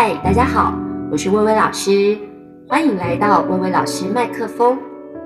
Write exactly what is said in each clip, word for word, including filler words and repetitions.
嗨，大家好，我是薇薇老师，欢迎来到薇薇老师麦克风。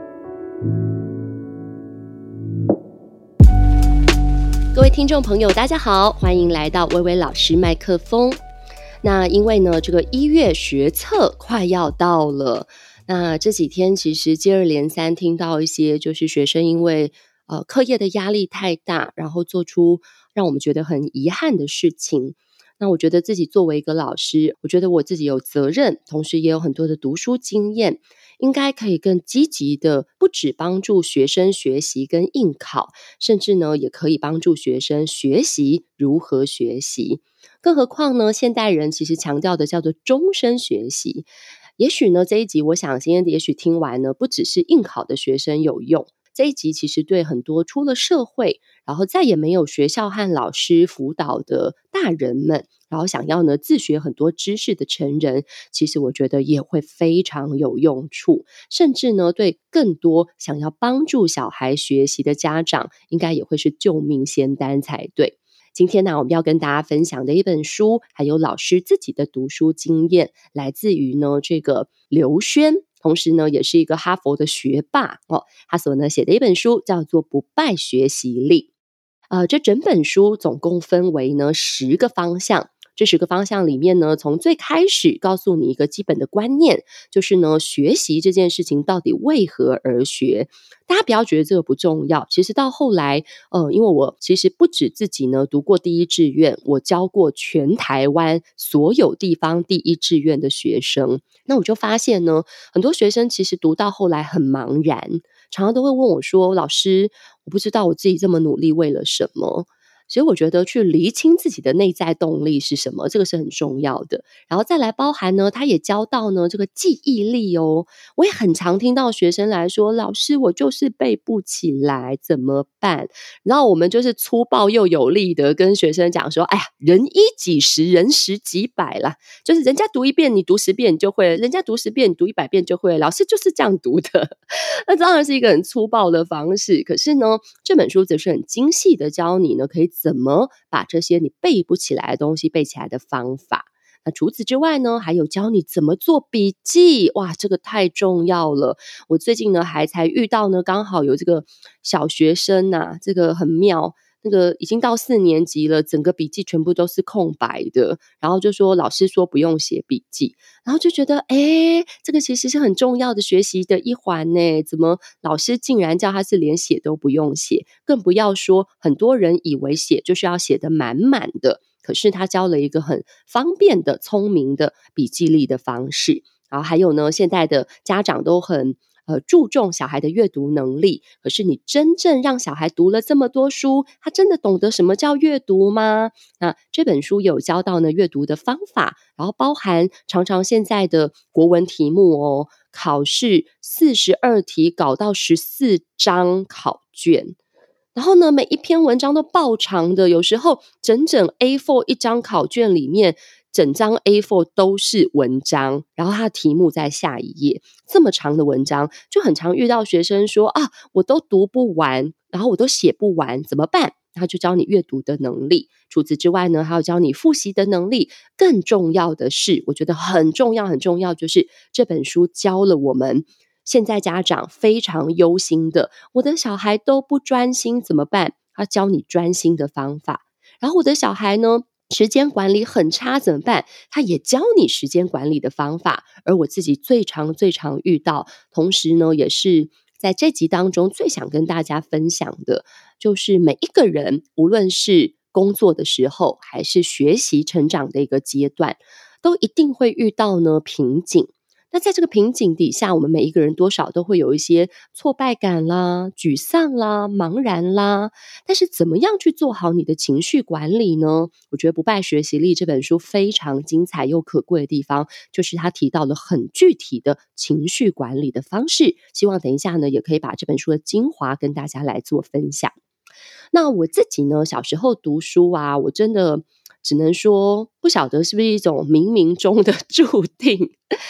各位听众朋友，大家好，欢迎来到薇薇老师麦克风。那因为呢，这个一月学测快要到了，那这几天其实接二连三听到一些就是学生因为呃课业的压力太大，然后做出让我们觉得很遗憾的事情。那我觉得自己作为一个老师，我觉得我自己有责任，同时也有很多的读书经验，应该可以更积极的，不只帮助学生学习跟应考，甚至呢也可以帮助学生学习如何学习。更何况呢，现代人其实强调的叫做终身学习。也许呢这一集我想今天也许听完呢，不只是应考的学生有用，这一集其实对很多出了社会，然后再也没有学校和老师辅导的大人们，然后想要呢自学很多知识的成人，其实我觉得也会非常有用处，甚至呢对更多想要帮助小孩学习的家长，应该也会是救命仙丹才对。今天呢，我们要跟大家分享的一本书，还有老师自己的读书经验，来自于呢这个刘轩，同时呢也是一个哈佛的学霸哦，他所呢写的一本书叫做《不败学习力》。呃，这整本书总共分为呢十个方向。这十个方向里面呢，从最开始告诉你一个基本的观念，就是呢，学习这件事情到底为何而学。大家不要觉得这个不重要，其实到后来，呃，因为我其实不止自己呢读过第一志愿，我教过全台湾所有地方第一志愿的学生，那我就发现呢，很多学生其实读到后来很茫然，常常都会问我说：“老师，我不知道我自己这么努力为了什么？”所以我觉得去厘清自己的内在动力是什么，这个是很重要的。然后再来包含呢，他也教到呢这个记忆力哦。我也很常听到学生来说，老师我就是背不起来，怎么办？然后我们就是粗暴又有力的跟学生讲说，哎呀，人一几十，人十几百啦，就是人家读一遍你读十遍你就会，人家读十遍你读一百遍就会，老师就是这样读的。那当然是一个很粗暴的方式，可是呢，这本书则是很精细的教你呢，可以怎么把这些你背不起来的东西背起来的方法。那除此之外呢，还有教你怎么做笔记，哇，这个太重要了。我最近呢还才遇到呢，刚好有这个小学生啊，这个很妙。那个已经到四年级了，整个笔记全部都是空白的，然后就说老师说不用写笔记，然后就觉得诶，这个其实是很重要的学习的一环呢，怎么老师竟然叫他是连写都不用写，更不要说很多人以为写就是要写得满满的，可是他教了一个很方便的聪明的笔记力的方式。然后还有呢，现在的家长都很呃，注重小孩的阅读能力，可是你真正让小孩读了这么多书，他真的懂得什么叫阅读吗？那这本书有教到呢阅读的方法，然后包含常常现在的国文题目哦，考试四十二题搞到十四张考卷。然后呢，每一篇文章都爆长的，有时候整整 A 四 一张考卷里面，整张 A 四 都是文章，然后它的题目在下一页，这么长的文章，就很常遇到学生说啊，我都读不完，然后我都写不完，怎么办？他就教你阅读的能力。除此之外呢，还有教你复习的能力。更重要的是，我觉得很重要很重要，就是这本书教了我们现在家长非常忧心的，我的小孩都不专心怎么办？他教你专心的方法。然后我的小孩呢，时间管理很差怎么办？他也教你时间管理的方法。而我自己最常最常遇到，同时呢也是在这集当中最想跟大家分享的，就是每一个人无论是工作的时候还是学习成长的一个阶段，都一定会遇到呢瓶颈。那在这个瓶颈底下，我们每一个人多少都会有一些挫败感啦、沮丧啦、茫然啦，但是怎么样去做好你的情绪管理呢？我觉得《不败学习力》这本书非常精彩又可贵的地方，就是他提到了很具体的情绪管理的方式，希望等一下呢也可以把这本书的精华跟大家来做分享。那我自己呢，小时候读书啊，我真的只能说不晓得是不是一种冥冥中的注定，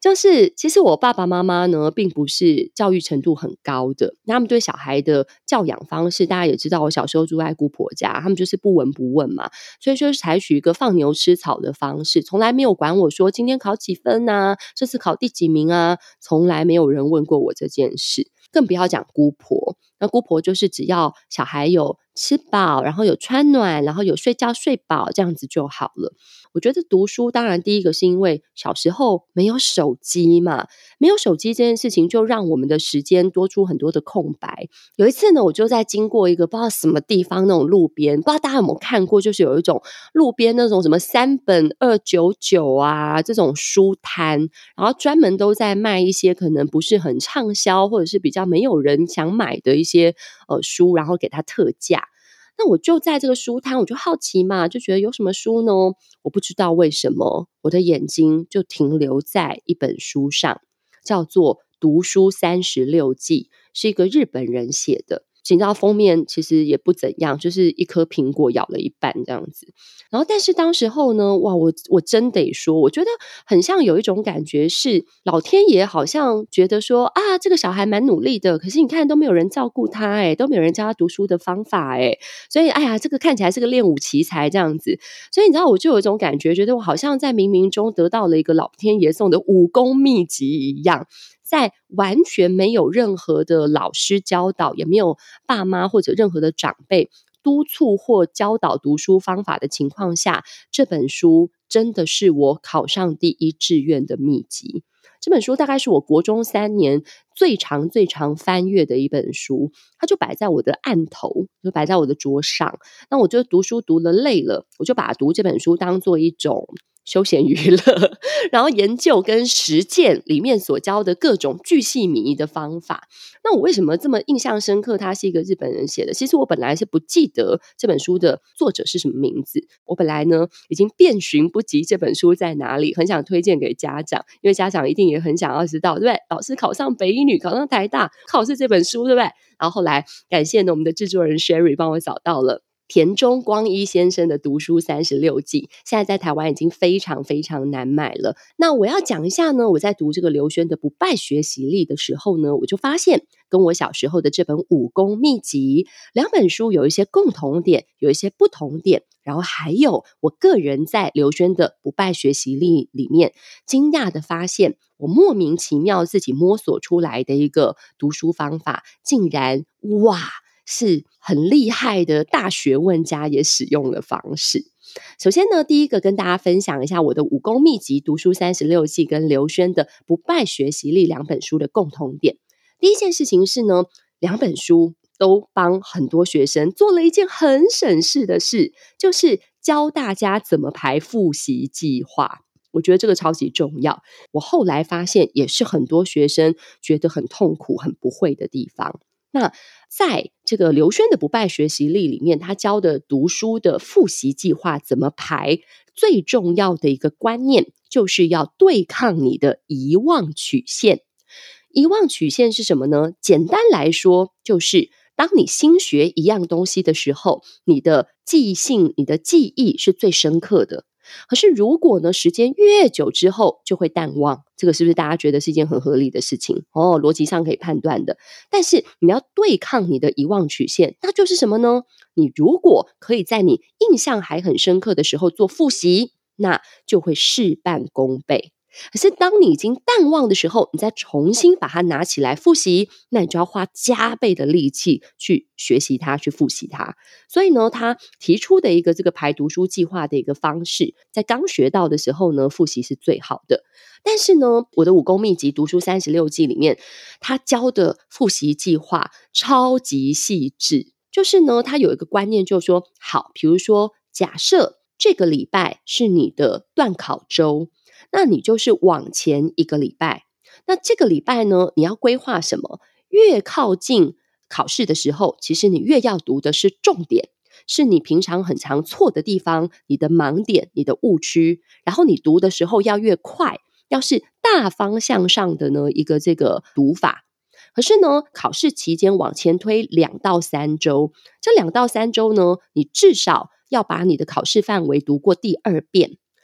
就是其实我爸爸妈妈呢并不是教育程度很高的，他们对小孩的教养方式大家也知道，我小时候住在姑婆家，他们就是不闻不问嘛，所以就是采取一个放牛吃草的方式，从来没有管我说今天考几分啊，这次考第几名啊，从来没有人问过我这件事，更不要讲姑婆。那姑婆就是只要小孩有吃饱，然后有穿暖，然后有睡觉睡饱，这样子就好了。我觉得读书当然第一个是因为小时候没有手机嘛，没有手机这件事情就让我们的时间多出很多的空白。有一次呢，我就在经过一个不知道什么地方那种路边，不知道大家有没有看过，就是有一种路边那种什么三本二九九啊这种书摊，然后专门都在卖一些可能不是很畅销或者是比较没有人想买的一些呃书，然后给它特价。那我就在这个书摊，我就好奇嘛，就觉得有什么书呢？我不知道为什么我的眼睛就停留在一本书上，叫做《读书三十六计》，是一个日本人写的。你知道封面其实也不怎样，就是一颗苹果咬了一半这样子。然后但是当时候呢，哇，我我真得说，我觉得很像有一种感觉是老天爷好像觉得说啊，这个小孩蛮努力的，可是你看都没有人照顾他诶，都没有人教他读书的方法诶，所以哎呀，这个看起来是个练武奇才这样子。所以你知道我就有一种感觉，觉得我好像在冥冥中得到了一个老天爷送的武功秘籍一样，在完全没有任何的老师教导，也没有爸妈或者任何的长辈督促或教导读书方法的情况下，这本书真的是我考上第一志愿的秘籍。这本书大概是我国中三年最长最长翻阅的一本书，它就摆在我的案头，就摆在我的桌上。那我就读书读了累了，我就把读这本书当做一种休闲娱乐，然后研究跟实践里面所教的各种巨细靡遗的方法。那我为什么这么印象深刻？他是一个日本人写的。其实我本来是不记得这本书的作者是什么名字，我本来呢已经遍寻不及这本书在哪里，很想推荐给家长，因为家长一定也很想要知道，对不对？老师考上北一女，考上台大，考试这本书，对不对？然后后来感谢呢我们的制作人 Sherry 帮我找到了田中光一先生的读书三十六计，现在在台湾已经非常非常难买了。那我要讲一下呢，我在读这个刘轩的不败学习力的时候呢，我就发现跟我小时候的这本武功秘籍两本书有一些共同点，有一些不同点，然后还有我个人在刘轩的不败学习力里面惊讶的发现，我莫名其妙自己摸索出来的一个读书方法，竟然哇是很厉害的大学问家也使用的方式。首先呢，第一个跟大家分享一下我的武功秘籍读书三十六计跟刘轩的不败学习力两本书的共同点。第一件事情是呢，两本书都帮很多学生做了一件很省事的事，就是教大家怎么排复习计划。我觉得这个超级重要，我后来发现也是很多学生觉得很痛苦很不会的地方。那在这个刘轩的不败学习力里面，他教的读书的复习计划怎么排，最重要的一个观念就是要对抗你的遗忘曲线。遗忘曲线是什么呢？简单来说，就是当你新学一样东西的时候，你的记性、你的记忆是最深刻的。可是如果呢，时间越久之后就会淡忘，这个是不是大家觉得是一件很合理的事情？哦，逻辑上可以判断的。但是你要对抗你的遗忘曲线，那就是什么呢？你如果可以在你印象还很深刻的时候做复习，那就会事半功倍。可是当你已经淡忘的时候，你再重新把它拿起来复习，那你就要花加倍的力气去学习它，去复习它。所以呢，他提出的一个这个排读书计划的一个方式，在刚学到的时候呢，复习是最好的。但是呢，我的武功秘籍读书三十六计里面，他教的复习计划超级细致。就是呢，他有一个观念，就是说，好，比如说假设这个礼拜是你的段考周，那你就是往前一个礼拜，那这个礼拜呢，你要规划什么？越靠近考试的时候，其实你越要读的是重点，是你平常很常错的地方，你的盲点，你的误区，然后你读的时候要越快，要是大方向上的呢一个这个读法。可是呢，考试期间往前推两到三周，这两到三周呢，你至少要把你的考试范围读过第二遍。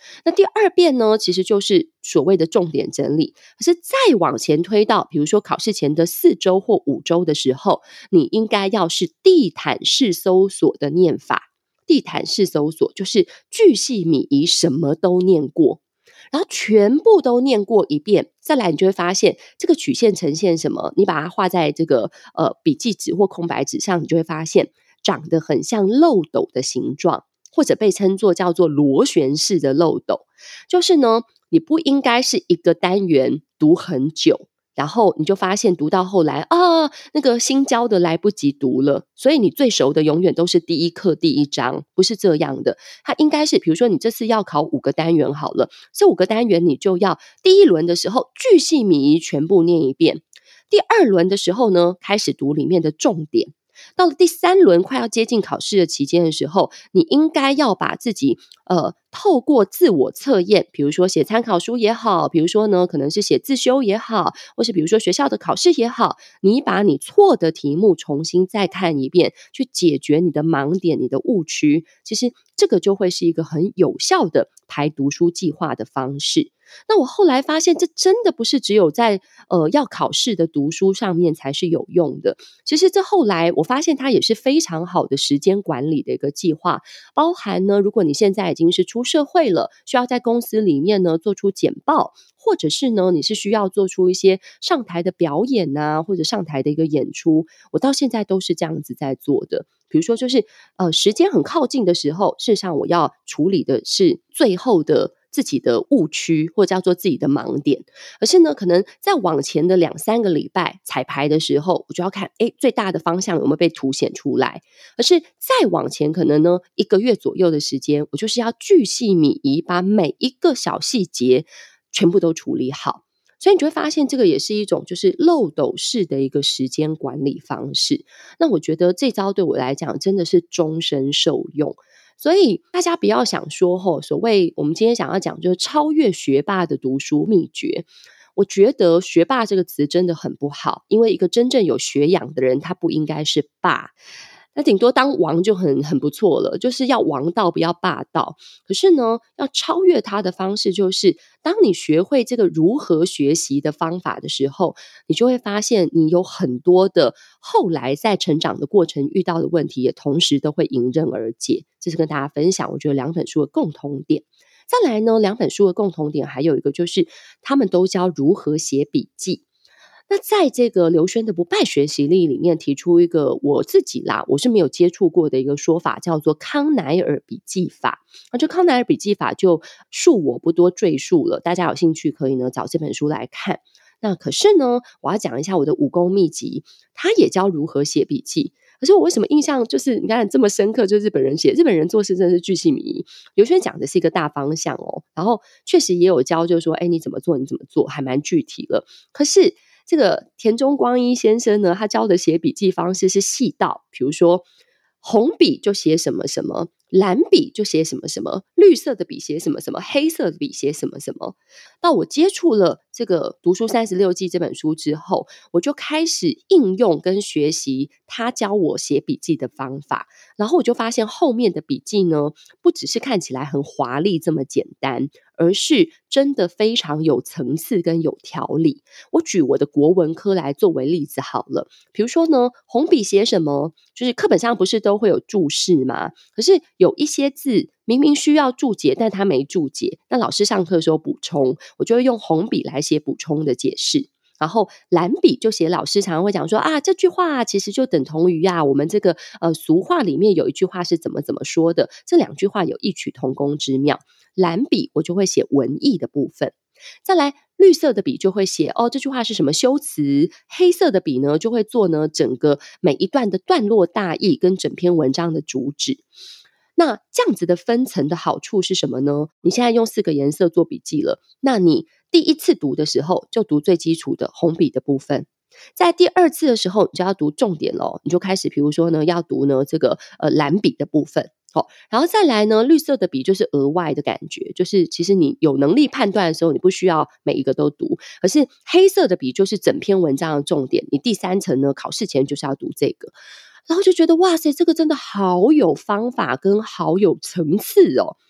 那第二遍呢，其实就是所谓的重点整理。可是再往前推到，比如说考试前的四周或五周的时候，你应该要是地毯式搜索的念法。地毯式搜索就是巨细靡遗，什么都念过，然后全部都念过一遍，再来你就会发现这个曲线呈现什么，你把它画在这个呃笔记纸或空白纸上，你就会发现长得很像漏斗的形状，或者被称作叫做螺旋式的漏斗。就是呢，你不应该是一个单元读很久，然后你就发现读到后来啊，那个新教的来不及读了，所以你最熟的永远都是第一课第一章，不是这样的。它应该是比如说你这次要考五个单元好了，这五个单元你就要第一轮的时候巨细靡遗全部念一遍，第二轮的时候呢开始读里面的重点，到了第三轮快要接近考试的期间的时候，你应该要把自己呃透过自我测验，比如说写参考书也好，比如说呢可能是写自修也好，或是比如说学校的考试也好，你把你错的题目重新再看一遍，去解决你的盲点你的误区，其实这个就会是一个很有效的排读书计划的方式。那我后来发现这真的不是只有在呃要考试的读书上面才是有用的，其实这后来我发现它也是非常好的时间管理的一个计划，包含呢如果你现在已经是出社会了，需要在公司里面呢做出简报，或者是呢你是需要做出一些上台的表演啊，或者上台的一个演出，我到现在都是这样子在做的。比如说就是呃时间很靠近的时候，事实上我要处理的是最后的自己的误区，或者叫做自己的盲点，而是呢可能在往前的两三个礼拜彩排的时候，我就要看诶最大的方向有没有被凸显出来，而是再往前可能呢一个月左右的时间，我就是要巨细靡遗把每一个小细节全部都处理好。所以你就会发现这个也是一种就是漏斗式的一个时间管理方式，那我觉得这招对我来讲真的是终身受用。所以大家不要想说吼，所谓我们今天想要讲就是超越学霸的读书秘诀，我觉得学霸这个词真的很不好，因为一个真正有学养的人他不应该是霸，那顶多当王就很很不错了，就是要王道不要霸道。可是呢要超越他的方式就是当你学会这个如何学习的方法的时候，你就会发现你有很多的后来在成长的过程遇到的问题也同时都会迎刃而解。这是跟大家分享我觉得两本书的共同点。再来呢两本书的共同点还有一个就是他们都教如何写笔记。那在这个刘轩的不败学习力里面提出一个我自己啦我是没有接触过的一个说法，叫做康乃尔笔记法。那这康乃尔笔记法就恕我不多赘述了，大家有兴趣可以呢找这本书来看。那可是呢我要讲一下我的武功秘籍，他也教如何写笔记。可是我为什么印象就是你看这么深刻，就是日本人写，日本人做事真的是巨细靡遗。刘轩讲的是一个大方向哦，然后确实也有教就是说哎你怎么做你怎么做，还蛮具体了。可是这个田中光一先生呢，他教的写笔记方式是细到比如说红笔就写什么什么，蓝笔就写什么什么，绿色的笔写什么什么，黑色的笔写什么什么。到我接触了这个读书三十六计这本书之后，我就开始应用跟学习他教我写笔记的方法，然后我就发现后面的笔记呢不只是看起来很华丽这么简单，而是真的非常有层次跟有条理。我举我的国文科来作为例子好了，比如说呢红笔写什么，就是课本上不是都会有注释吗？可是有一些字明明需要注解但他没注解，那老师上课的时候补充，我就会用红笔来写补充的解释。然后蓝笔就写老师常常会讲说啊这句话其实就等同于啊我们这个呃俗话里面有一句话是怎么怎么说的，这两句话有异曲同工之妙。蓝笔我就会写文艺的部分。再来绿色的笔就会写哦这句话是什么修辞，黑色的笔呢就会做呢整个每一段的段落大意跟整篇文章的主旨。那这样子的分层的好处是什么呢？你现在用四个颜色做笔记了，那你第一次读的时候就读最基础的红笔的部分，在第二次的时候你就要读重点咯，你就开始比如说呢要读呢这个呃蓝笔的部分。哦，然后再来呢绿色的笔就是额外的感觉，就是其实你有能力判断的时候你不需要每一个都读，而是黑色的笔就是整篇文章的重点，你第三层呢考试前就是要读这个。然后就觉得哇塞这个真的好有方法跟好有层次哦。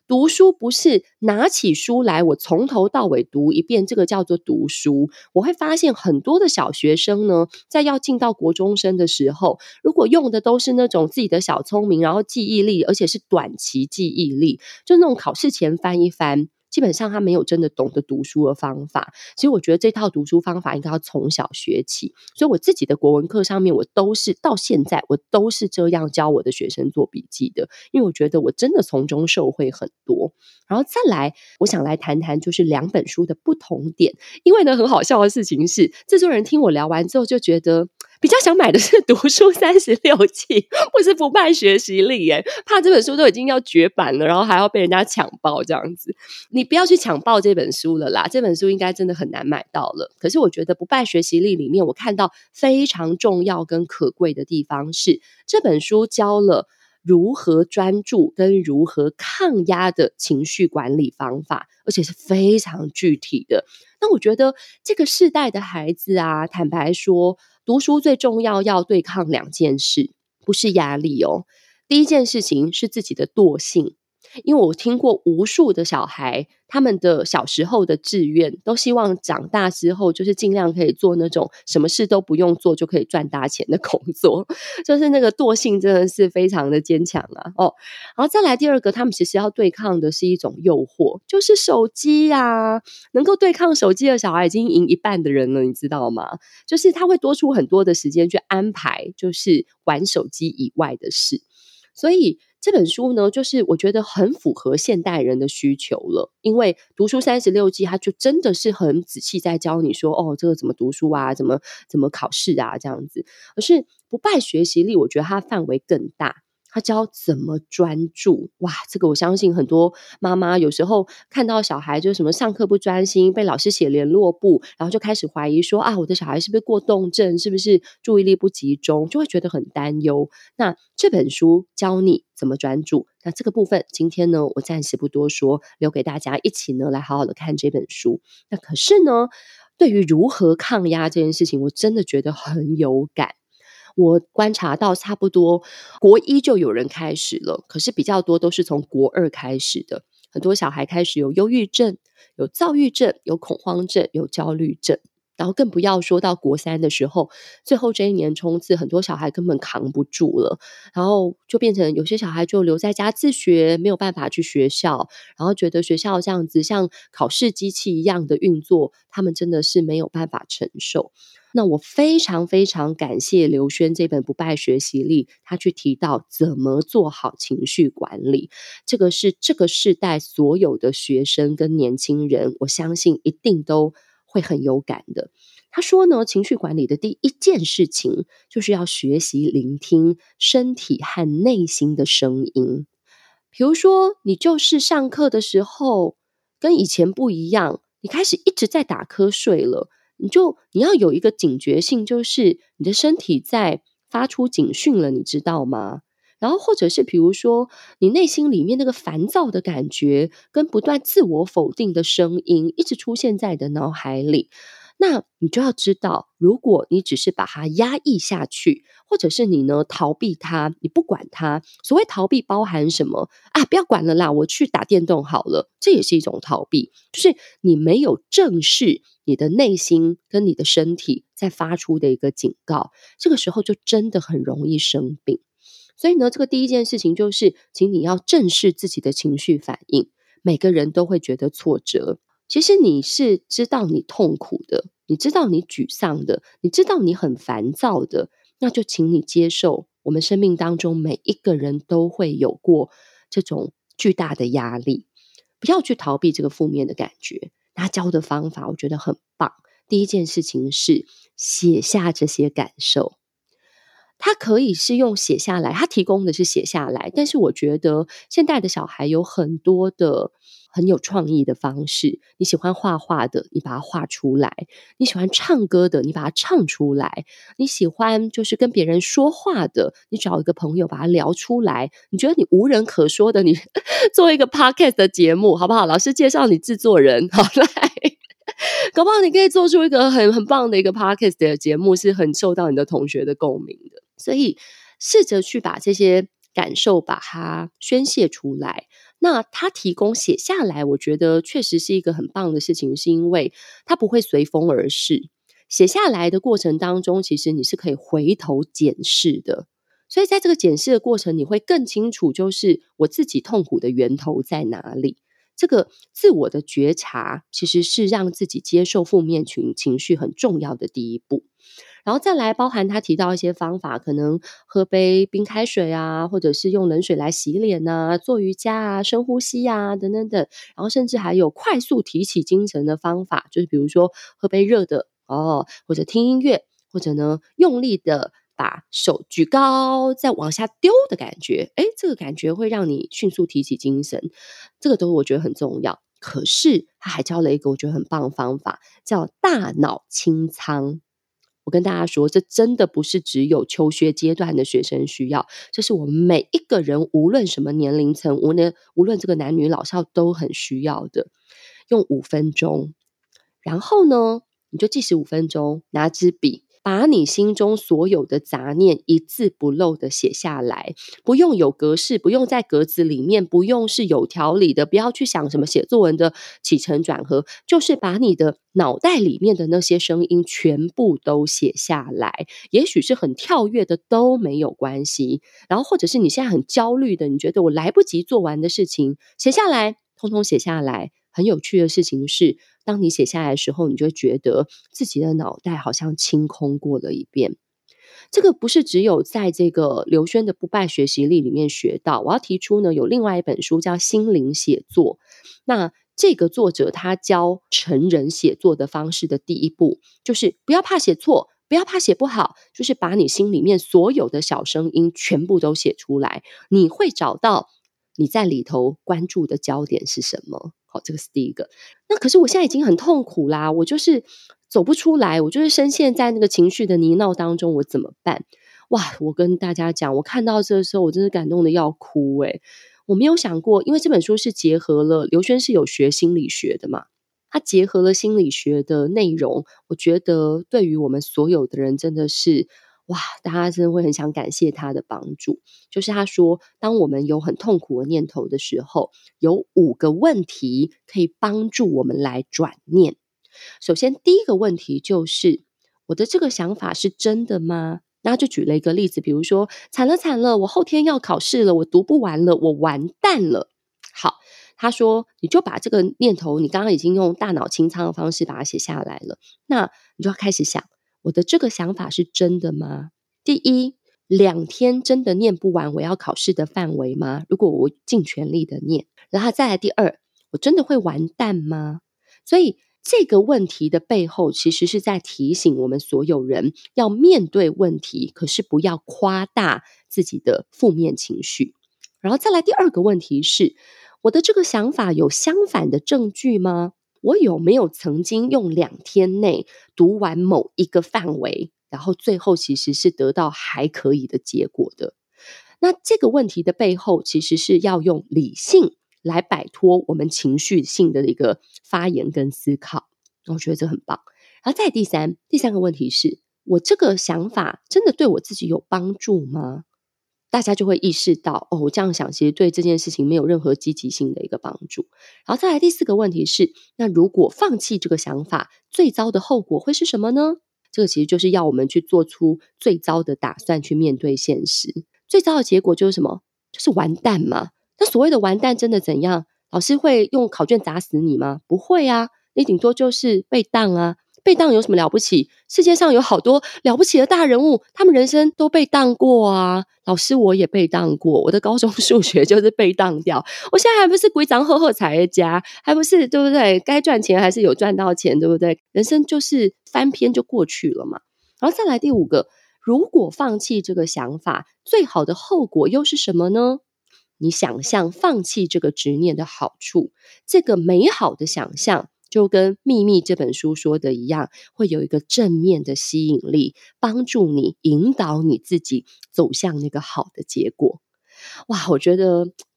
读书不是拿起书来我从头到尾读一遍，这个叫做读书。我会发现很多的小学生呢，在要进到国中生的时候，如果用的都是那种自己的小聪明，然后记忆力，而且是短期记忆力，就那种考试前翻一翻，基本上他没有真的懂得读书的方法。其实我觉得这套读书方法应该要从小学起，所以我自己的国文课上面，我都是到现在我都是这样教我的学生做笔记的，因为我觉得我真的从中受惠很多。然后再来我想来谈谈就是两本书的不同点，因为呢很好笑的事情是，制作人听我聊完之后就觉得比较想买的是读书三十六计，不是不败学习力耶，怕这本书都已经要绝版了，然后还要被人家抢爆这样子。你不要去抢爆这本书了啦，这本书应该真的很难买到了。可是我觉得不败学习力里面，我看到非常重要跟可贵的地方是，这本书教了如何专注跟如何抗压的情绪管理方法，而且是非常具体的。那我觉得这个世代的孩子啊，坦白说，读书最重要要对抗两件事，不是压力哦。第一件事情是自己的惰性，因为我听过无数的小孩，他们的小时候的志愿都希望长大之后就是尽量可以做那种什么事都不用做就可以赚大钱的工作，就是那个惰性真的是非常的坚强啊。哦，然后再来第二个，他们其实要对抗的是一种诱惑，就是手机啊，能够对抗手机的小孩已经赢一半的人了，你知道吗？就是他会多出很多的时间去安排就是玩手机以外的事。所以这本书呢，就是我觉得很符合现代人的需求了，因为读书三十六计，它就真的是很仔细在教你说，哦，这个怎么读书啊，怎么怎么考试啊，这样子。而是不败学习力，我觉得它范围更大，他教怎么专注。哇，这个我相信很多妈妈有时候看到小孩就什么上课不专心，被老师写联络簿，然后就开始怀疑说啊，我的小孩是不是过动症，是不是注意力不集中，就会觉得很担忧。那这本书教你怎么专注，那这个部分今天呢我暂时不多说，留给大家一起呢来好好的看这本书。那可是呢，对于如何抗压这件事情，我真的觉得很有感。我观察到差不多国一就有人开始了，可是比较多都是从国二开始的。很多小孩开始有忧郁症，有躁郁症，有恐慌症，有焦虑症。然后更不要说到国三的时候，最后这一年冲刺，很多小孩根本扛不住了，然后就变成有些小孩就留在家自学，没有办法去学校，然后觉得学校这样子像考试机器一样的运作，他们真的是没有办法承受。那我非常非常感谢刘轩这本不败学习力，他去提到怎么做好情绪管理，这个是这个世代所有的学生跟年轻人，我相信一定都会很有感的。他说呢，情绪管理的第一件事情就是要学习聆听身体和内心的声音。比如说你就是上课的时候跟以前不一样，你开始一直在打瞌睡了，你就你要有一个警觉性，就是你的身体在发出警讯了，你知道吗？然后或者是比如说你内心里面那个烦躁的感觉跟不断自我否定的声音一直出现在你的脑海里，那你就要知道，如果你只是把它压抑下去，或者是你呢逃避它，你不管它，所谓逃避包含什么啊？不要管了啦，我去打电动好了，这也是一种逃避，就是你没有正视你的内心跟你的身体在发出的一个警告，这个时候就真的很容易生病。所以呢，这个第一件事情就是，请你要正视自己的情绪反应。每个人都会觉得挫折，其实你是知道你痛苦的，你知道你沮丧的，你知道你很烦躁的，那就请你接受，我们生命当中每一个人都会有过这种巨大的压力，不要去逃避这个负面的感觉。他教的方法我觉得很棒，第一件事情是写下这些感受。他可以是用写下来，他提供的是写下来，但是我觉得现代的小孩有很多的很有创意的方式，你喜欢画画的，你把它画出来，你喜欢唱歌的，你把它唱出来，你喜欢就是跟别人说话的，你找一个朋友把它聊出来，你觉得你无人可说的，你做一个 podcast 的节目好不好？老师介绍你制作人，好来搞不好你可以做出一个很很棒的一个 podcast 的节目，是很受到你的同学的共鸣的。所以试着去把这些感受把它宣泄出来。 那他提供写下来，我觉得确实是一个很棒的事情，是因为它不会随风而逝。写下来的过程当中，其实你是可以回头检视的。所以在这个检视的过程，你会更清楚，就是我自己痛苦的源头在哪里。这个自我的觉察，其实是让自己接受负面情情绪很重要的第一步。然后再来包含他提到一些方法，可能喝杯冰开水啊，或者是用冷水来洗脸啊，做瑜伽啊，深呼吸啊，等等等。然后甚至还有快速提起精神的方法，就是比如说喝杯热的哦，或者听音乐，或者呢用力的把手举高再往下丢的感觉，诶，这个感觉会让你迅速提起精神，这个都我觉得很重要。可是他还教了一个我觉得很棒的方法，叫大脑清仓。我跟大家说，这真的不是只有求学阶段的学生需要，这是我们每一个人无论什么年龄层，无论无论这个男女老少都很需要的。用五分钟，然后呢你就计时五分钟，拿支笔把你心中所有的杂念一字不漏的写下来，不用有格式，不用在格子里面，不用是有条理的，不要去想什么写作文的起承转合，就是把你的脑袋里面的那些声音全部都写下来，也许是很跳跃的都没有关系，然后或者是你现在很焦虑的，你觉得我来不及做完的事情，写下来，通通写下来。很有趣的事情是，当你写下来的时候，你就会觉得自己的脑袋好像清空过了一遍。这个不是只有在这个刘轩的不败学习力里面学到，我要提出呢，有另外一本书叫心灵写作。那这个作者他教成人写作的方式的第一步，就是不要怕写错，不要怕写不好，就是把你心里面所有的小声音全部都写出来，你会找到你在里头关注的焦点是什么。好，这个是第一个。那可是我现在已经很痛苦啦，我就是走不出来，我就是深陷在那个情绪的泥淖当中，我怎么办？哇，我跟大家讲，我看到这个时候我真的感动的要哭诶。我没有想过，因为这本书是结合了刘轩是有学心理学的嘛，他结合了心理学的内容，我觉得对于我们所有的人真的是哇，大家真的会很想感谢他的帮助。就是他说，当我们有很痛苦的念头的时候，有五个问题可以帮助我们来转念。首先第一个问题就是，我的这个想法是真的吗？那就举了一个例子，比如说惨了惨了，我后天要考试了，我读不完了，我完蛋了。好，他说你就把这个念头，你刚刚已经用大脑清仓的方式把它写下来了，那你就要开始想，我的这个想法是真的吗？第一，两天真的念不完我要考试的范围吗？如果我尽全力的念。然后再来第二，我真的会完蛋吗？所以这个问题的背后其实是在提醒我们所有人要面对问题，可是不要夸大自己的负面情绪。然后再来第二个问题是，我的这个想法有相反的证据吗？我有没有曾经用两天内读完某一个范围，然后最后其实是得到还可以的结果的？那这个问题的背后其实是要用理性来摆脱我们情绪性的一个发言跟思考，我觉得这很棒。然后再第三第三个问题是，我这个想法真的对我自己有帮助吗？大家就会意识到，哦，我这样想其实对这件事情没有任何积极性的一个帮助。然后再来第四个问题是，那如果放弃这个想法，最糟的后果会是什么呢？这个其实就是要我们去做出最糟的打算，去面对现实。最糟的结果就是什么？就是完蛋嘛。那所谓的完蛋真的怎样？老师会用考卷砸死你吗？不会啊，你顶多就是被当啊。被当有什么了不起？世界上有好多了不起的大人物，他们人生都被当过啊。老师我也被当过，我的高中数学就是被当掉，我现在还不是规章赫赫才家，还不是对不对？该赚钱还是有赚到钱，对不对？人生就是翻篇就过去了嘛。然后再来第五个，如果放弃这个想法，最好的后果又是什么呢？你想象放弃这个执念的好处，这个美好的想象就跟《秘密》这本书说的一样，会有一个正面的吸引力，帮助你引导你自己走向那个好的结果。哇，我觉得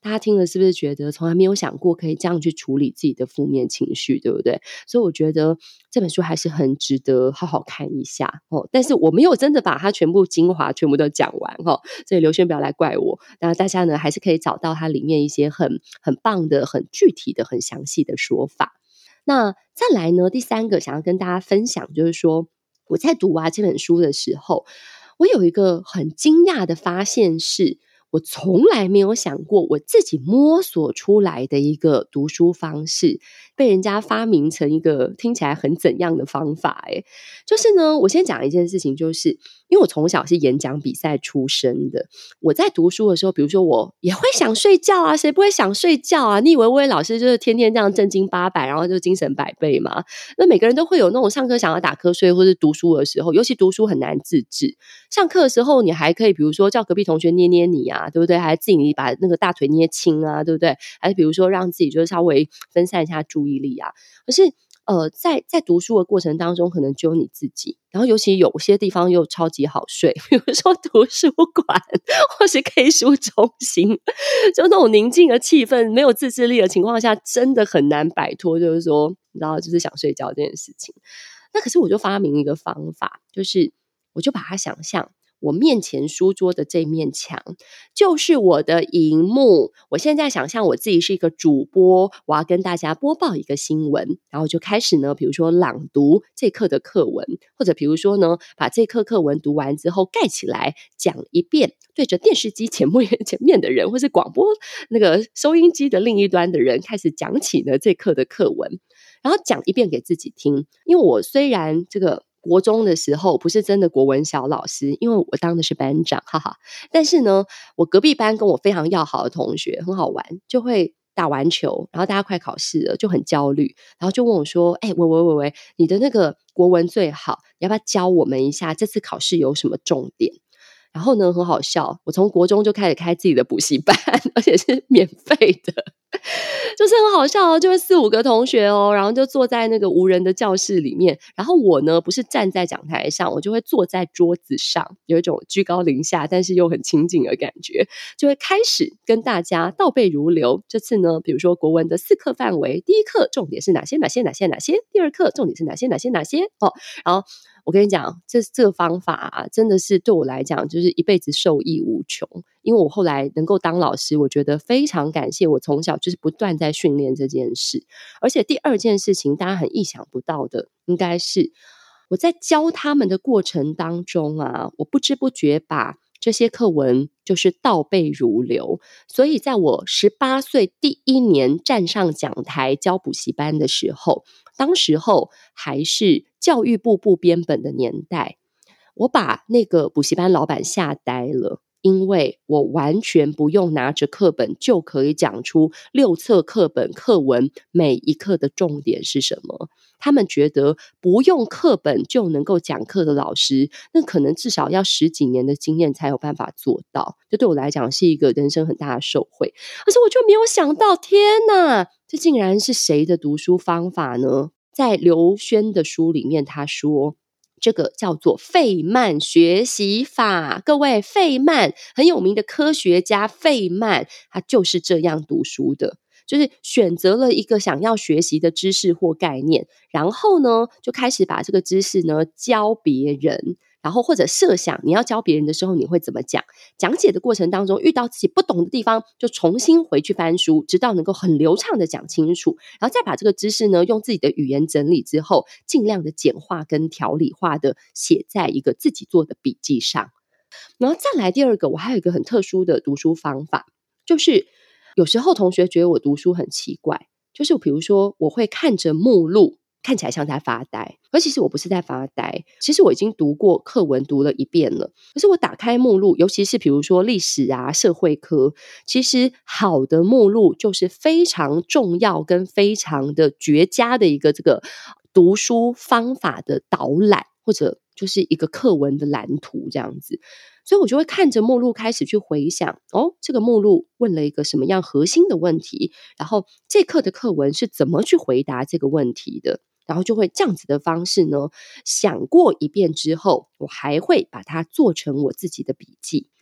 大家听了是不是觉得从来没有想过可以这样去处理自己的负面情绪，对不对？所以我觉得这本书还是很值得好好看一下哦。但是我没有真的把它全部精华全部都讲完哈、哦，所以刘轩不要来怪我。那大家呢还是可以找到它里面一些很很棒的、很具体的、很详细的说法。那再来呢，第三个想要跟大家分享，就是说我在读啊这本书的时候，我有一个很惊讶的发现是，我从来没有想过我自己摸索出来的一个读书方式被人家发明成一个听起来很怎样的方法。诶就是呢，我先讲一件事情，就是因为我从小是演讲比赛出身的，我在读书的时候，比如说我也会想睡觉啊，谁不会想睡觉啊？你以为薇薇老师就是天天这样正经八百，然后就精神百倍吗？那每个人都会有那种上课想要打瞌睡或是读书的时候，尤其读书很难自制。上课的时候你还可以比如说叫隔壁同学捏捏你啊，对不对？还自己把那个大腿捏轻啊，对不对？还是比如说让自己就是稍微分散一下注意力啊。可是呃，在在读书的过程当中，可能只有你自己，然后尤其有些地方又超级好睡，比如说图书馆或是 K 书中心，就那种宁静的气氛，没有自制力的情况下，真的很难摆脱，就是说，你知道，就是想睡觉这件事情。那可是我就发明一个方法，就是我就把它想象。我面前书桌的这面墙就是我的荧幕，我现在想象我自己是一个主播，我要跟大家播报一个新闻，然后就开始呢，比如说朗读这课的课文，或者比如说呢，把这课课文读完之后盖起来讲一遍，对着电视机前面前面的人，或是广播那个收音机的另一端的人开始讲起呢这课的课文，然后讲一遍给自己听。因为我虽然这个国中的时候不是真的国文小老师，因为我当的是班长，哈哈。但是呢，我隔壁班跟我非常要好的同学很好玩，就会打完球，然后大家快考试了，就很焦虑，然后就问我说：“哎、欸，喂喂喂喂，你的那个国文最好，你要不要教我们一下这次考试有什么重点？”然后呢，很好笑，我从国中就开始开自己的补习班，而且是免费的，就是很好笑哦，就是四五个同学哦，然后就坐在那个无人的教室里面，然后我呢不是站在讲台上，我就会坐在桌子上，有一种居高临下但是又很亲近的感觉，就会开始跟大家倒背如流。这次呢，比如说国文的四课范围，第一课重点是哪些哪些哪些哪些，第二课重点是哪些哪些哪些哦，然后我跟你讲，这这个方法啊，真的是对我来讲就是一辈子受益无穷。因为我后来能够当老师，我觉得非常感谢我从小就是不断在训练这件事。而且第二件事情，大家很意想不到的，应该是我在教他们的过程当中啊，我不知不觉把这些课文就是倒背如流。所以在我十八岁第一年站上讲台教补习班的时候，当时候还是教育部部编本的年代，我把那个补习班老板吓呆了，因为我完全不用拿着课本就可以讲出六册课本课文每一课的重点是什么。他们觉得不用课本就能够讲课的老师，那可能至少要十几年的经验才有办法做到。这对我来讲是一个人生很大的受惠。可是我就没有想到，天哪，这竟然是谁的读书方法呢？在刘轩的书里面他说，这个叫做费曼学习法。各位，费曼很有名的科学家，费曼他就是这样读书的，就是选择了一个想要学习的知识或概念，然后呢就开始把这个知识呢教别人，然后或者设想你要教别人的时候你会怎么讲，讲解的过程当中遇到自己不懂的地方就重新回去翻书，直到能够很流畅的讲清楚，然后再把这个知识呢用自己的语言整理之后，尽量的简化跟条理化的写在一个自己做的笔记上。然后再来第二个，我还有一个很特殊的读书方法，就是有时候同学觉得我读书很奇怪，就是比如说我会看着目录，看起来像在发呆，而其实我不是在发呆，其实我已经读过课文读了一遍了，可是我打开目录，尤其是比如说历史啊社会科，其实好的目录就是非常重要跟非常的绝佳的一个这个读书方法的导览，或者就是一个课文的蓝图这样子。所以我就会看着目录开始去回想，哦，这个目录问了一个什么样核心的问题，然后这课的课文是怎么去回答这个问题的，然后就会这样子的方式呢，想过一遍之后，我还会把它做成我自己的笔记。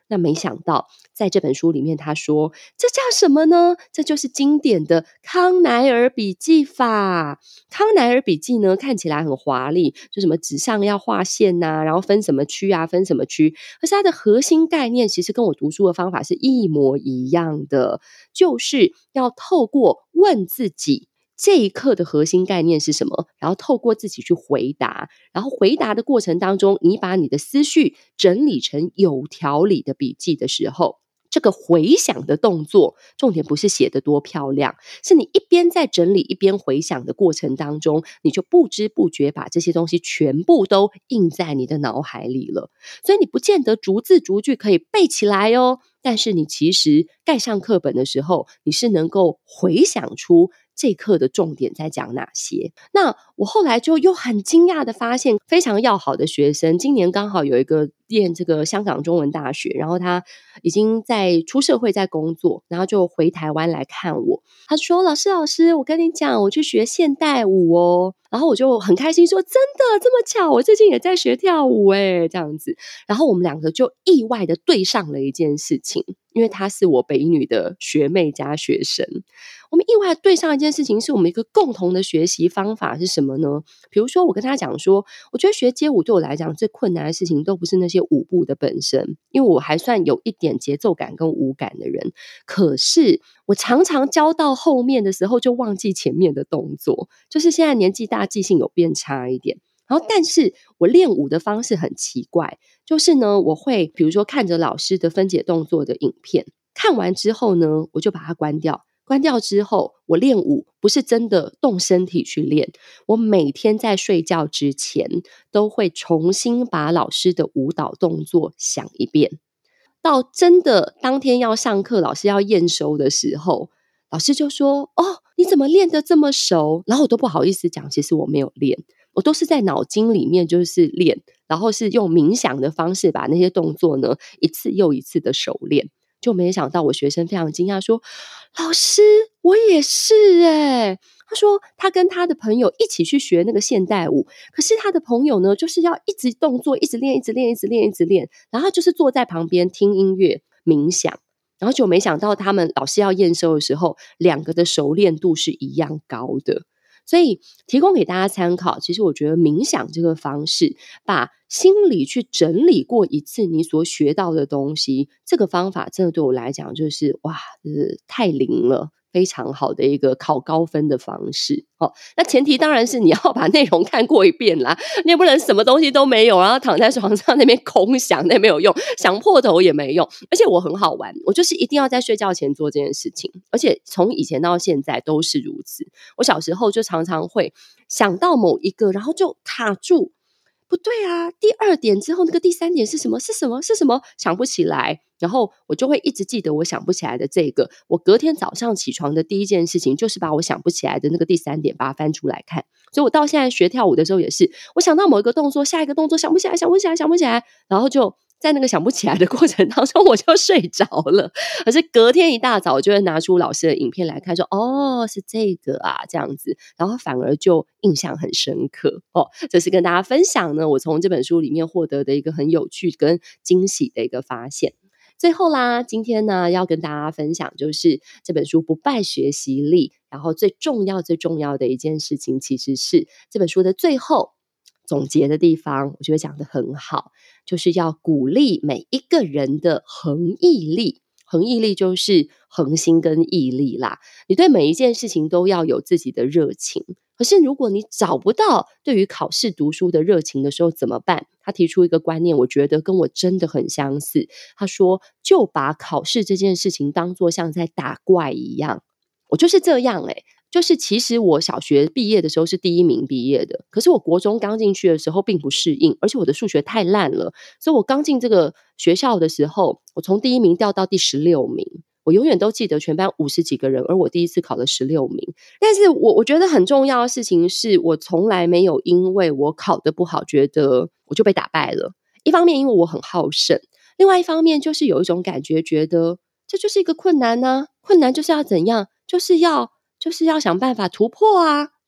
那没想到在这本书里面他说，这叫什么呢？这就是经典的康奈尔笔记法。康奈尔笔记呢看起来很华丽，就什么纸上要画线啊，然后分什么区啊，分什么区，可是它的核心概念其实跟我读书的方法是一模一样的，就是要透过问自己这一刻的核心概念是什么，然后透过自己去回答，然后回答的过程当中，你把你的思绪整理成有条理的笔记的时候，这个回想的动作，重点不是写得多漂亮，是你一边在整理一边回想的过程当中，你就不知不觉把这些东西全部都印在你的脑海里了。所以你不见得逐字逐句可以背起来哦，但是你其实盖上课本的时候，你是能够回想出这课的重点在讲哪些。那我后来就又很惊讶的发现，非常要好的学生，今年刚好有一个念这个香港中文大学，然后他已经在出社会在工作，然后就回台湾来看我，他说老师老师我跟你讲，我去学现代舞哦，然后我就很开心说真的这么巧，我最近也在学跳舞耶，这样子。然后我们两个就意外的对上了一件事情，因为他是我北女的学妹加学生，我们意外对上一件事情，是我们一个共同的学习方法是什么呢？比如说我跟他讲说，我觉得学街舞对我来讲最困难的事情都不是那些舞步的本身，因为我还算有一点节奏感跟舞感的人，可是我常常教到后面的时候就忘记前面的动作，就是现在年纪大记性有变差一点。然后但是我练舞的方式很奇怪，就是呢我会比如说看着老师的分解动作的影片，看完之后呢我就把它关掉，关掉之后我练舞不是真的动身体去练，我每天在睡觉之前都会重新把老师的舞蹈动作想一遍，到真的当天要上课老师要验收的时候，老师就说哦你怎么练得这么熟，然后我都不好意思讲其实我没有练，我都是在脑筋里面就是练，然后是用冥想的方式把那些动作呢一次又一次的熟练。就没想到我学生非常惊讶说老师我也是耶，他说他跟他的朋友一起去学那个现代舞，可是他的朋友呢就是要一直动作一直练一直练一直练一直练，然后就是坐在旁边听音乐冥想，然后就没想到他们老师要验收的时候两个的熟练度是一样高的。所以提供给大家参考，其实我觉得冥想这个方式把心里去整理过一次你所学到的东西，这个方法真的对我来讲就是哇，就是太灵了，非常好的一个考高分的方式、哦、那前提当然是你要把内容看过一遍啦，你也不能什么东西都没有然后躺在床上那边空想，那没有用，想破头也没用。而且我很好玩，我就是一定要在睡觉前做这件事情，而且从以前到现在都是如此。我小时候就常常会想到某一个然后就卡住，不对啊，第二点之后那个第三点是什么是什么是什么想不起来，然后我就会一直记得我想不起来的这个，我隔天早上起床的第一件事情就是把我想不起来的那个第三点把它翻出来看。所以我到现在学跳舞的时候也是，我想到某一个动作下一个动作想不起来想不起来想不起来，然后就在那个想不起来的过程当中我就睡着了，可是隔天一大早我就会拿出老师的影片来看说哦是这个啊这样子，然后反而就印象很深刻哦。这是跟大家分享呢我从这本书里面获得的一个很有趣跟惊喜的一个发现。最后啦，今天呢要跟大家分享就是这本书不败学习力，然后最重要最重要的一件事情其实是这本书的最后总结的地方，我觉得讲得很好，就是要鼓励每一个人的恒毅力。恒毅力就是恒心跟毅力啦，你对每一件事情都要有自己的热情，可是如果你找不到对于考试读书的热情的时候怎么办？他提出一个观念，我觉得跟我真的很相似，他说就把考试这件事情当作像在打怪一样。我就是这样欸，就是其实我小学毕业的时候是第一名毕业的，可是我国中刚进去的时候并不适应，而且我的数学太烂了，所以我刚进这个学校的时候我从第一名掉到第十六名，我永远都记得全班五十几个人，而我第一次考了十六名。但是我我觉得很重要的事情是我从来没有因为我考得不好觉得我就被打败了，一方面因为我很好胜，另外一方面就是有一种感觉觉得这就是一个困难啊，困难就是要怎样，就是要就是要想办法突破啊，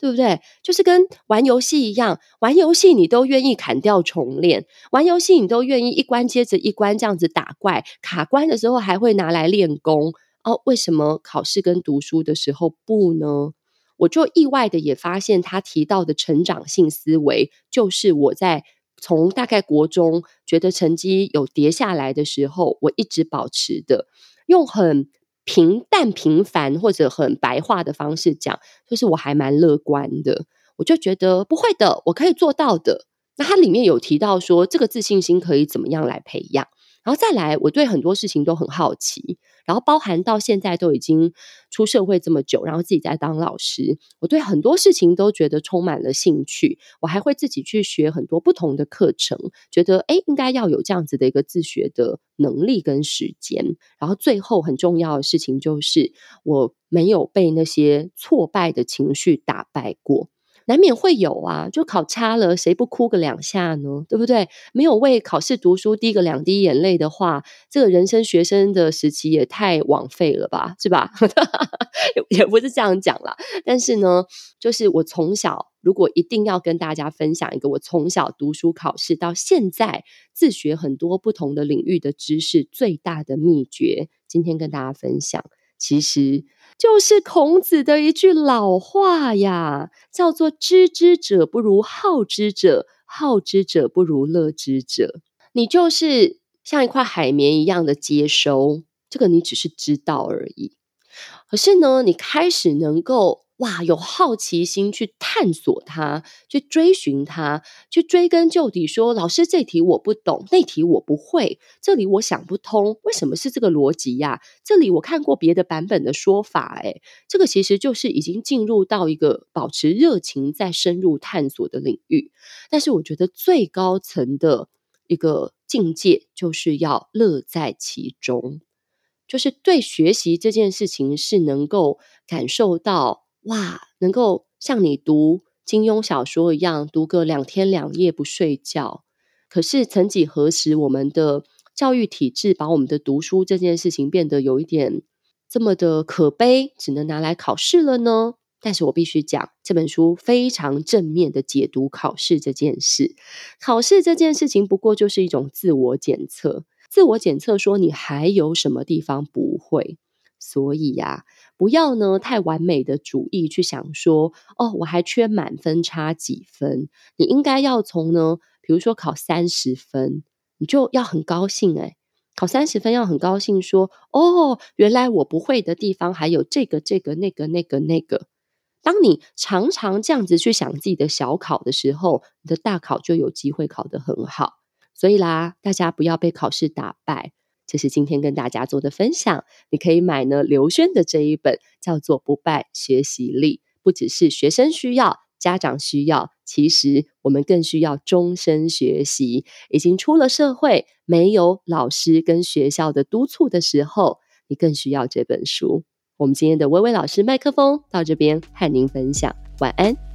对不对？就是跟玩游戏一样，玩游戏你都愿意砍掉重练，玩游戏你都愿意一关接着一关这样子打怪，卡关的时候还会拿来练功哦。为什么考试跟读书的时候不呢？我就意外的也发现他提到的成长性思维，就是我在从大概国中觉得成绩有跌下来的时候，我一直保持的，用很平淡平凡或者很白话的方式讲，就是我还蛮乐观的，我就觉得不会的，我可以做到的。那它里面有提到说这个自信心可以怎么样来培养，然后再来我对很多事情都很好奇，然后包含到现在都已经出社会这么久，然后自己在当老师，我对很多事情都觉得充满了兴趣，我还会自己去学很多不同的课程，觉得诶应该要有这样子的一个自学的能力跟时间。然后最后很重要的事情就是我没有被那些挫败的情绪打败过，难免会有啊，就考差了谁不哭个两下呢，对不对？没有为考试读书滴个两滴眼泪的话，这个人生学生的时期也太枉费了吧，是吧？也不是这样讲啦，但是呢就是我从小如果一定要跟大家分享一个我从小读书考试到现在自学很多不同的领域的知识最大的秘诀，今天跟大家分享，其实就是孔子的一句老话呀，叫做知之者不如好之者，好之者不如乐之者。你就是像一块海绵一样的接收，这个你只是知道而已。可是呢你开始能够哇有好奇心去探索它，去追寻它，去追根究底说老师这题我不懂，那题我不会，这里我想不通，为什么是这个逻辑呀？这里我看过别的版本的说法诶，这个其实就是已经进入到一个保持热情再深入探索的领域。但是我觉得最高层的一个境界就是要乐在其中，就是对学习这件事情是能够感受到哇，能够像你读金庸小说一样读个两天两夜不睡觉。可是曾几何时我们的教育体制把我们的读书这件事情变得有一点这么的可悲，只能拿来考试了呢？但是我必须讲，这本书非常正面的解读考试这件事。考试这件事情不过就是一种自我检测，自我检测说你还有什么地方不会。所以呀、啊，不要呢太完美的主义去想说哦我还缺满分差几分，你应该要从呢比如说考三十分，你就要很高兴诶，考三十分要很高兴说哦原来我不会的地方还有这个这个那个那个那个。当你常常这样子去想自己的小考的时候，你的大考就有机会考得很好。所以啦，大家不要被考试打败，这是今天跟大家做的分享。你可以买呢刘轩的这一本叫做《不败学习力》，不只是学生需要，家长需要，其实我们更需要终身学习。已经出了社会，没有老师跟学校的督促的时候，你更需要这本书。我们今天的薇薇老师麦克风到这边和您分享，晚安。